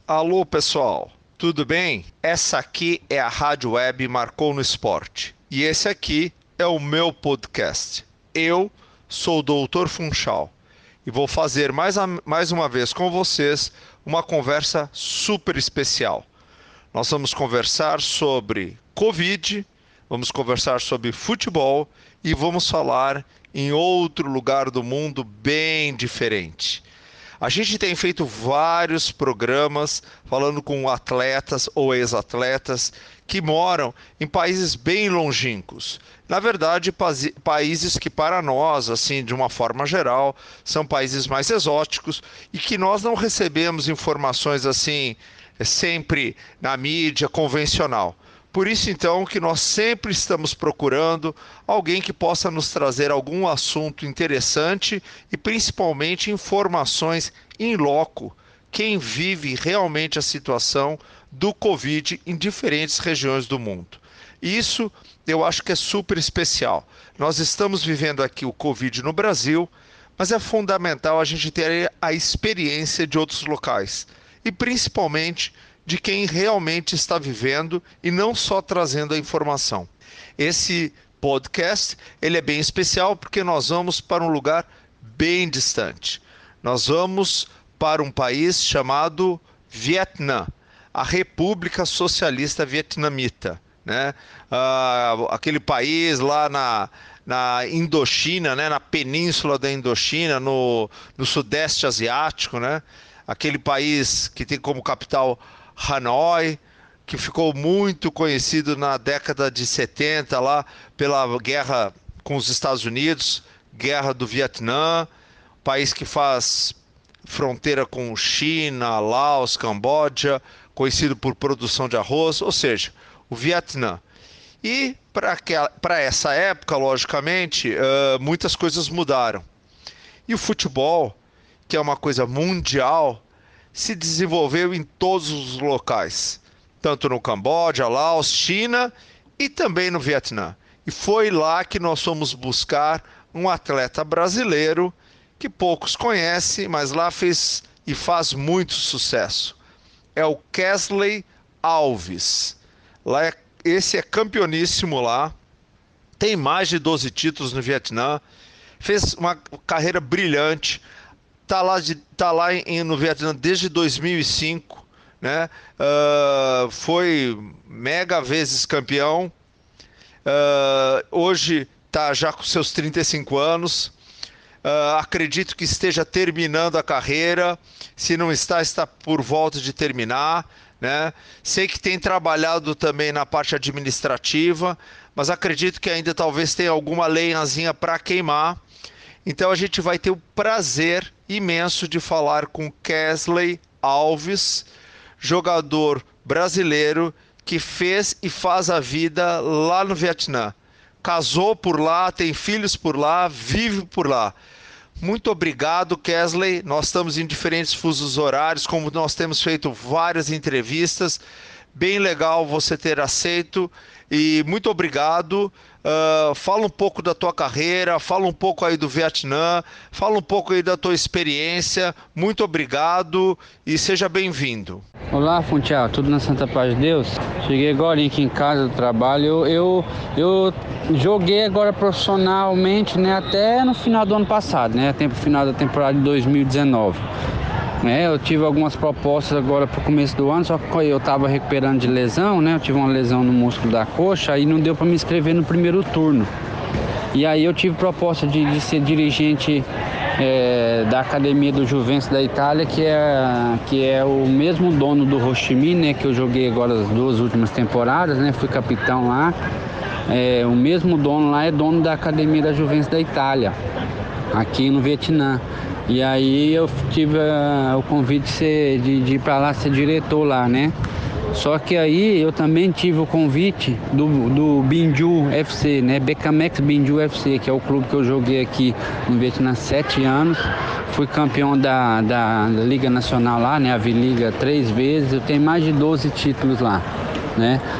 Alô, pessoal, tudo bem? Essa aqui é a Rádio Web Marcou no Esporte e esse aqui é o meu podcast. Eu sou o Dr. Funchal e vou fazer mais uma vez com vocês uma conversa super especial. Nós vamos conversar sobre Covid, vamos conversar sobre futebol e vamos falar em outro lugar do mundo bem diferente. A gente tem feito vários programas falando com atletas ou ex-atletas que moram em países bem longínquos. Na verdade, países que para nós, assim, de uma forma geral, são países mais exóticos e que nós não recebemos informações assim sempre na mídia convencional. Por isso, então, que nós sempre estamos procurando alguém que possa nos trazer algum assunto interessante e principalmente informações in loco, quem vive realmente a situação do Covid em diferentes regiões do mundo. Isso eu acho que é super especial. Nós estamos vivendo aqui o Covid no Brasil, mas é fundamental a gente ter a experiência de outros locais e principalmente de quem realmente está vivendo e não só trazendo a informação. Esse podcast, ele é bem especial porque nós vamos para um lugar bem distante. Nós vamos para um país chamado Vietnã, a República Socialista Vietnamita, né? Aquele país lá na Indochina, né? Na península da Indochina, no Sudeste Asiático, né? Aquele país que tem como capital Hanoi, que ficou muito conhecido na década de 70 lá pela guerra com os Estados Unidos, guerra do Vietnã, país que faz fronteira com China, Laos, Camboja, conhecido por produção de arroz, ou seja, o Vietnã. E para essa época, logicamente, muitas coisas mudaram. E o futebol, que é uma coisa mundial, se desenvolveu em todos os locais, tanto no Camboja, Laos, China e também no Vietnã. E foi lá que nós fomos buscar um atleta brasileiro que poucos conhecem, mas lá fez e faz muito sucesso. É o Kesley Alves. Esse é campeoníssimo lá, tem mais de 12 títulos no Vietnã, fez uma carreira brilhante. Tá lá no Vietnã desde 2005, né? Foi mega vezes campeão. Hoje está já com seus 35 anos. Acredito que esteja terminando a carreira. Se não está, está por volta de terminar, né? Sei que tem trabalhado também na parte administrativa, mas acredito que ainda talvez tenha alguma lenhazinha para queimar. Então a gente vai ter o prazer imenso de falar com Kesley Alves, jogador brasileiro que fez e faz a vida lá no Vietnã. Casou por lá, tem filhos por lá, vive por lá. Muito obrigado, Kesley. Nós estamos em diferentes fusos horários, como nós temos feito várias entrevistas. Bem legal você ter aceito e muito obrigado. Fala um pouco da tua carreira, fala um pouco aí do Vietnã, fala um pouco aí da tua experiência. Muito obrigado e seja bem-vindo. Olá, Funchal, tudo na Santa Paz de Deus? Cheguei agora aqui em casa do trabalho. Eu joguei agora profissionalmente, né, até no final do ano passado, né, até o final da temporada de 2019. Eu tive algumas propostas agora para o começo do ano, só que eu estava recuperando de lesão, né? Eu tive uma lesão no músculo da coxa, aí não deu para me inscrever no primeiro turno. E aí eu tive proposta de ser dirigente da academia do Juventus da Itália, que é o mesmo dono do Ho Chi Minh, né? Que eu joguei agora as 2 últimas temporadas, né? Fui capitão lá. O mesmo dono lá é dono da academia da Juventus da Itália, aqui no Vietnã. E aí eu tive o convite de ir para lá ser diretor lá, né? Só que aí eu também tive o convite do Binh Duo FC, né? Becamex Binh Duo FC, que é o clube que eu joguei aqui no Vietnã há 7 anos. Fui campeão da Liga Nacional lá, né? A V-Liga 3 vezes. Eu tenho mais de 12 títulos lá, né?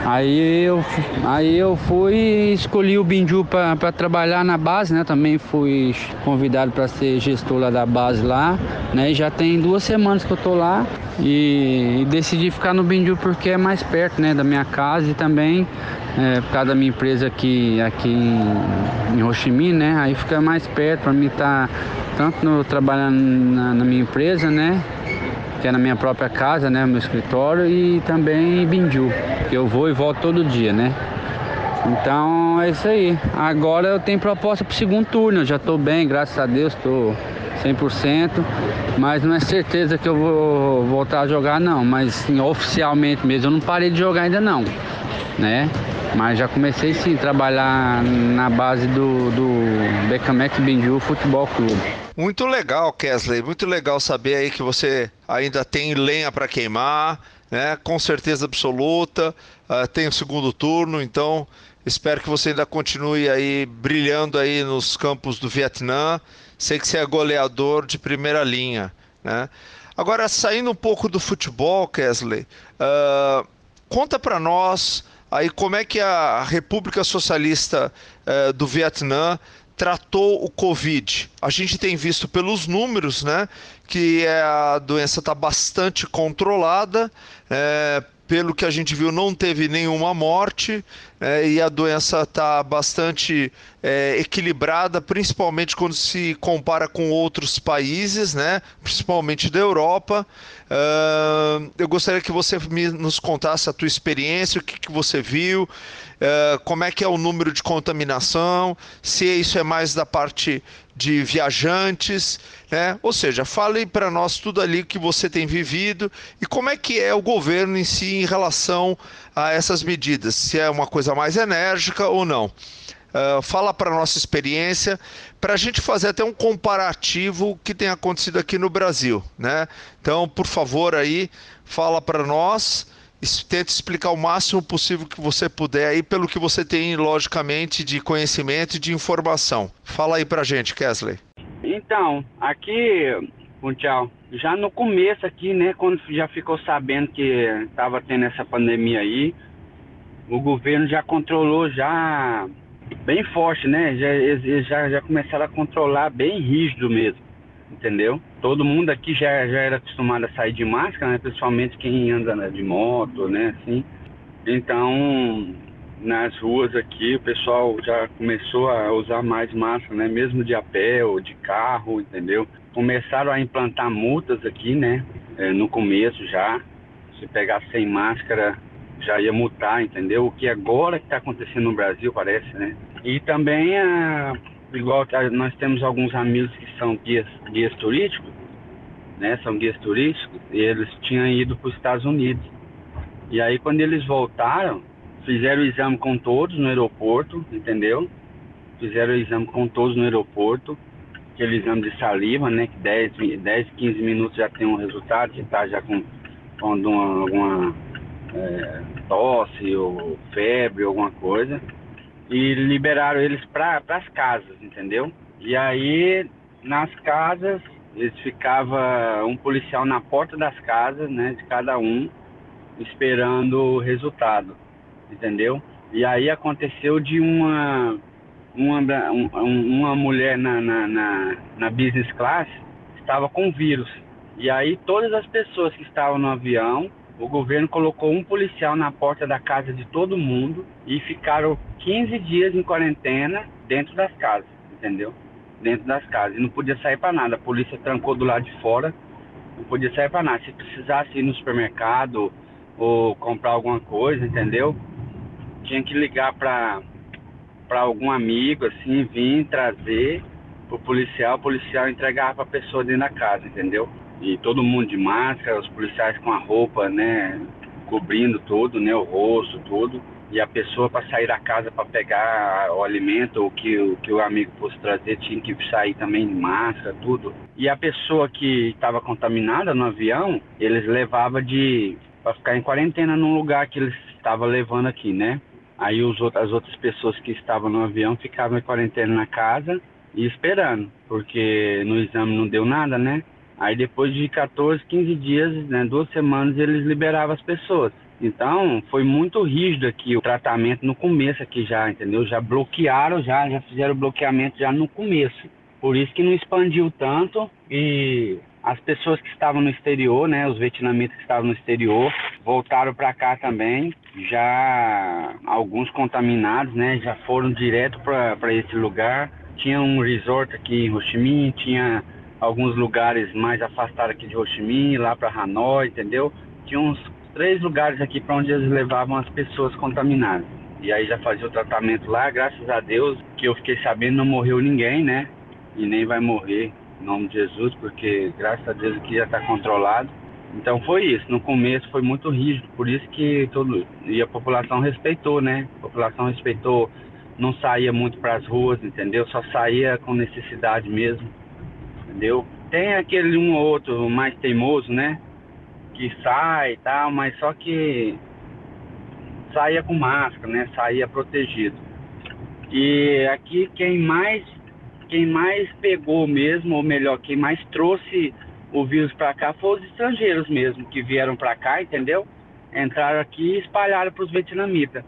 Aí eu fui e escolhi o Binju para trabalhar na base, né? Também fui convidado para ser gestor lá da base lá, né? E já tem 2 semanas que eu tô lá e decidi ficar no Binju porque é mais perto, né, da minha casa e também por causa da minha empresa aqui em Ho Chi Minh, né? Aí fica mais perto para mim estar tanto trabalhando na minha empresa, né? Que é na minha própria casa, né, meu escritório, e também em Binju, que eu vou e volto todo dia, né. Então é isso aí. Agora eu tenho proposta para o segundo turno, eu já estou bem, graças a Deus, estou 100%, mas não é certeza que eu vou voltar a jogar não, mas sim, oficialmente mesmo, eu não parei de jogar ainda não, né. Mas já comecei sim a trabalhar na base do Becamex Binju Futebol Clube. Muito legal, Kesley. Muito legal saber aí que você ainda tem lenha para queimar, né? Com certeza absoluta. Tem o segundo turno, então espero que você ainda continue aí brilhando aí nos campos do Vietnã. Sei que você é goleador de primeira linha, né? Agora, saindo um pouco do futebol, Kesley, conta para nós aí como é que a República Socialista do Vietnã tratou o Covid. A gente tem visto pelos números, né, que a doença está bastante controlada, pelo que a gente viu não teve nenhuma morte, e a doença está bastante equilibrada, principalmente quando se compara com outros países, né, principalmente da Europa. Eu gostaria que você nos contasse a tua experiência, o que você viu, como é que é o número de contaminação, se isso é mais da parte de viajantes, né? Ou seja, fale para nós tudo ali que você tem vivido e como é que é o governo em si em relação a essas medidas, se é uma coisa mais enérgica ou não. Fala para a nossa experiência, para a gente fazer até um comparativo que tem acontecido aqui no Brasil, né? Então, por favor, aí, fala para nós, tenta explicar o máximo possível que você puder aí, pelo que você tem, logicamente, de conhecimento e de informação. Fala aí para a gente, Kesley. Então, aqui, Mundial, já no começo aqui, né, quando já ficou sabendo que estava tendo essa pandemia aí, o governo já controlou já bem forte, né? Já começaram a controlar bem rígido mesmo, entendeu? Todo mundo aqui já era acostumado a sair de máscara, né? Principalmente quem anda de moto, né? Assim. Então, nas ruas aqui, o pessoal já começou a usar mais máscara, né? Mesmo de a pé ou de carro, entendeu? Começaram a implantar multas aqui, né? No começo já. Se pegar sem máscara, já ia multar, entendeu? O que agora que está acontecendo no Brasil, parece, né? E também, igual nós temos alguns amigos que são guias turísticos, né? São guias turísticos, e eles tinham ido para os Estados Unidos. E aí, quando eles voltaram, fizeram o exame com todos no aeroporto, entendeu? Fizeram o exame com todos no aeroporto, aquele exame de saliva, né? Que 10, 15 minutos já tem um resultado, que está já com alguma tosse ou febre, alguma coisa, e liberaram eles para as casas, entendeu? E aí, nas casas, eles ficava um policial na porta das casas, né, de cada um, esperando o resultado, entendeu? E aí aconteceu de uma mulher na business class estava com vírus. E aí todas as pessoas que estavam no avião, o governo colocou um policial na porta da casa de todo mundo e ficaram 15 dias em quarentena dentro das casas, entendeu? Dentro das casas. E não podia sair para nada. A polícia trancou do lado de fora, não podia sair para nada. Se precisasse ir no supermercado ou comprar alguma coisa, entendeu? Tinha que ligar para algum amigo, assim, vir trazer o policial entregava para a pessoa dentro da casa, entendeu? E todo mundo de máscara, os policiais com a roupa, né, cobrindo tudo, né, o rosto, tudo. E a pessoa para sair da casa para pegar o alimento ou que o amigo fosse trazer tinha que sair também de máscara, tudo. E a pessoa que estava contaminada no avião, eles levavam para ficar em quarentena num lugar que eles estavam levando aqui, né? Aí as outras pessoas que estavam no avião ficavam em quarentena na casa e esperando, porque no exame não deu nada, né? Aí depois de 14, 15 dias, né, 2 semanas, eles liberavam as pessoas. Então, foi muito rígido aqui o tratamento no começo aqui já, entendeu? Já bloquearam, já fizeram o bloqueamento já no começo. Por isso que não expandiu tanto e as pessoas que estavam no exterior, né, os vietnamitas que estavam no exterior, voltaram para cá também. Já alguns contaminados, né, já foram direto para esse lugar. Tinha um resort aqui em Ho Chi Minh, tinha alguns lugares mais afastados aqui de Ho Chi Minh, lá para Hanoi, entendeu? Tinha uns 3 lugares aqui para onde eles levavam as pessoas contaminadas. E aí já fazia o tratamento lá, graças a Deus, que eu fiquei sabendo, não morreu ninguém, né? E nem vai morrer, em nome de Jesus, porque graças a Deus aqui já está controlado. Então foi isso, no começo foi muito rígido, por isso que e a população respeitou, né? A população respeitou, não saía muito para as ruas, entendeu? Só saía com necessidade mesmo, entendeu? Tem aquele um ou outro mais teimoso, né? Que sai e tal, mas só que saía com máscara, né? Saía protegido. E aqui quem mais pegou mesmo, ou melhor, quem mais trouxe o vírus para cá foram os estrangeiros mesmo, que vieram para cá, entendeu? Entraram aqui e espalharam para os vietnamitas.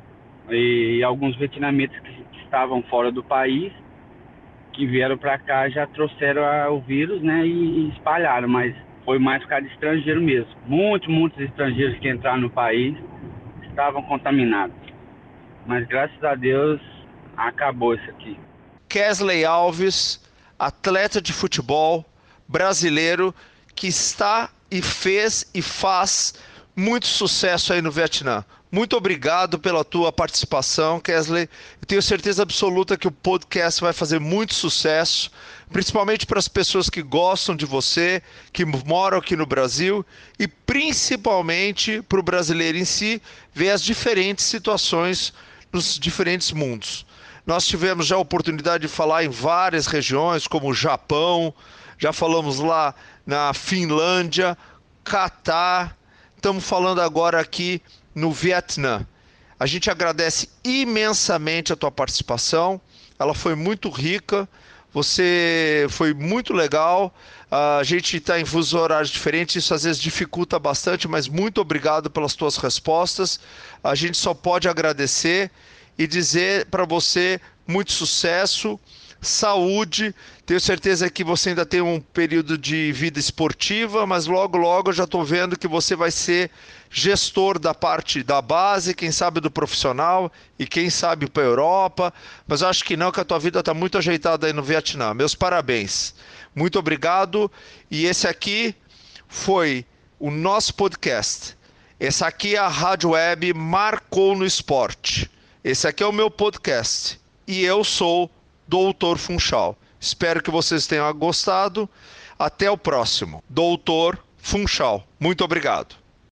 E alguns vietnamitas que estavam fora do país, que vieram para cá, já trouxeram o vírus, né? E espalharam, mas foi mais por causa de estrangeiro mesmo. Muitos estrangeiros que entraram no país estavam contaminados. Mas graças a Deus acabou isso aqui. Kesley Alves, atleta de futebol brasileiro que está e fez e faz muito sucesso aí no Vietnã. Muito obrigado pela tua participação, Kesley. Eu tenho certeza absoluta que o podcast vai fazer muito sucesso, principalmente para as pessoas que gostam de você, que moram aqui no Brasil, e principalmente para o brasileiro em si, ver as diferentes situações nos diferentes mundos. Nós tivemos já a oportunidade de falar em várias regiões, como o Japão, já falamos lá na Finlândia, Catar, estamos falando agora aqui no Vietnã. A gente agradece imensamente a tua participação, ela foi muito rica, você foi muito legal, a gente está em fusos horários diferentes, isso às vezes dificulta bastante, mas muito obrigado pelas tuas respostas, a gente só pode agradecer e dizer para você muito sucesso, saúde. Tenho certeza que você ainda tem um período de vida esportiva, mas logo eu já estou vendo que você vai ser gestor da parte da base, quem sabe do profissional e quem sabe para a Europa, mas acho que não, que a tua vida está muito ajeitada aí no Vietnã. Meus parabéns. Muito obrigado. E esse aqui foi o nosso podcast. Essa aqui é a Rádio Web Marcou no Esporte. Esse aqui é o meu podcast e eu sou Doutor Funchal. Espero que vocês tenham gostado. Até o próximo. Doutor Funchal. Muito obrigado.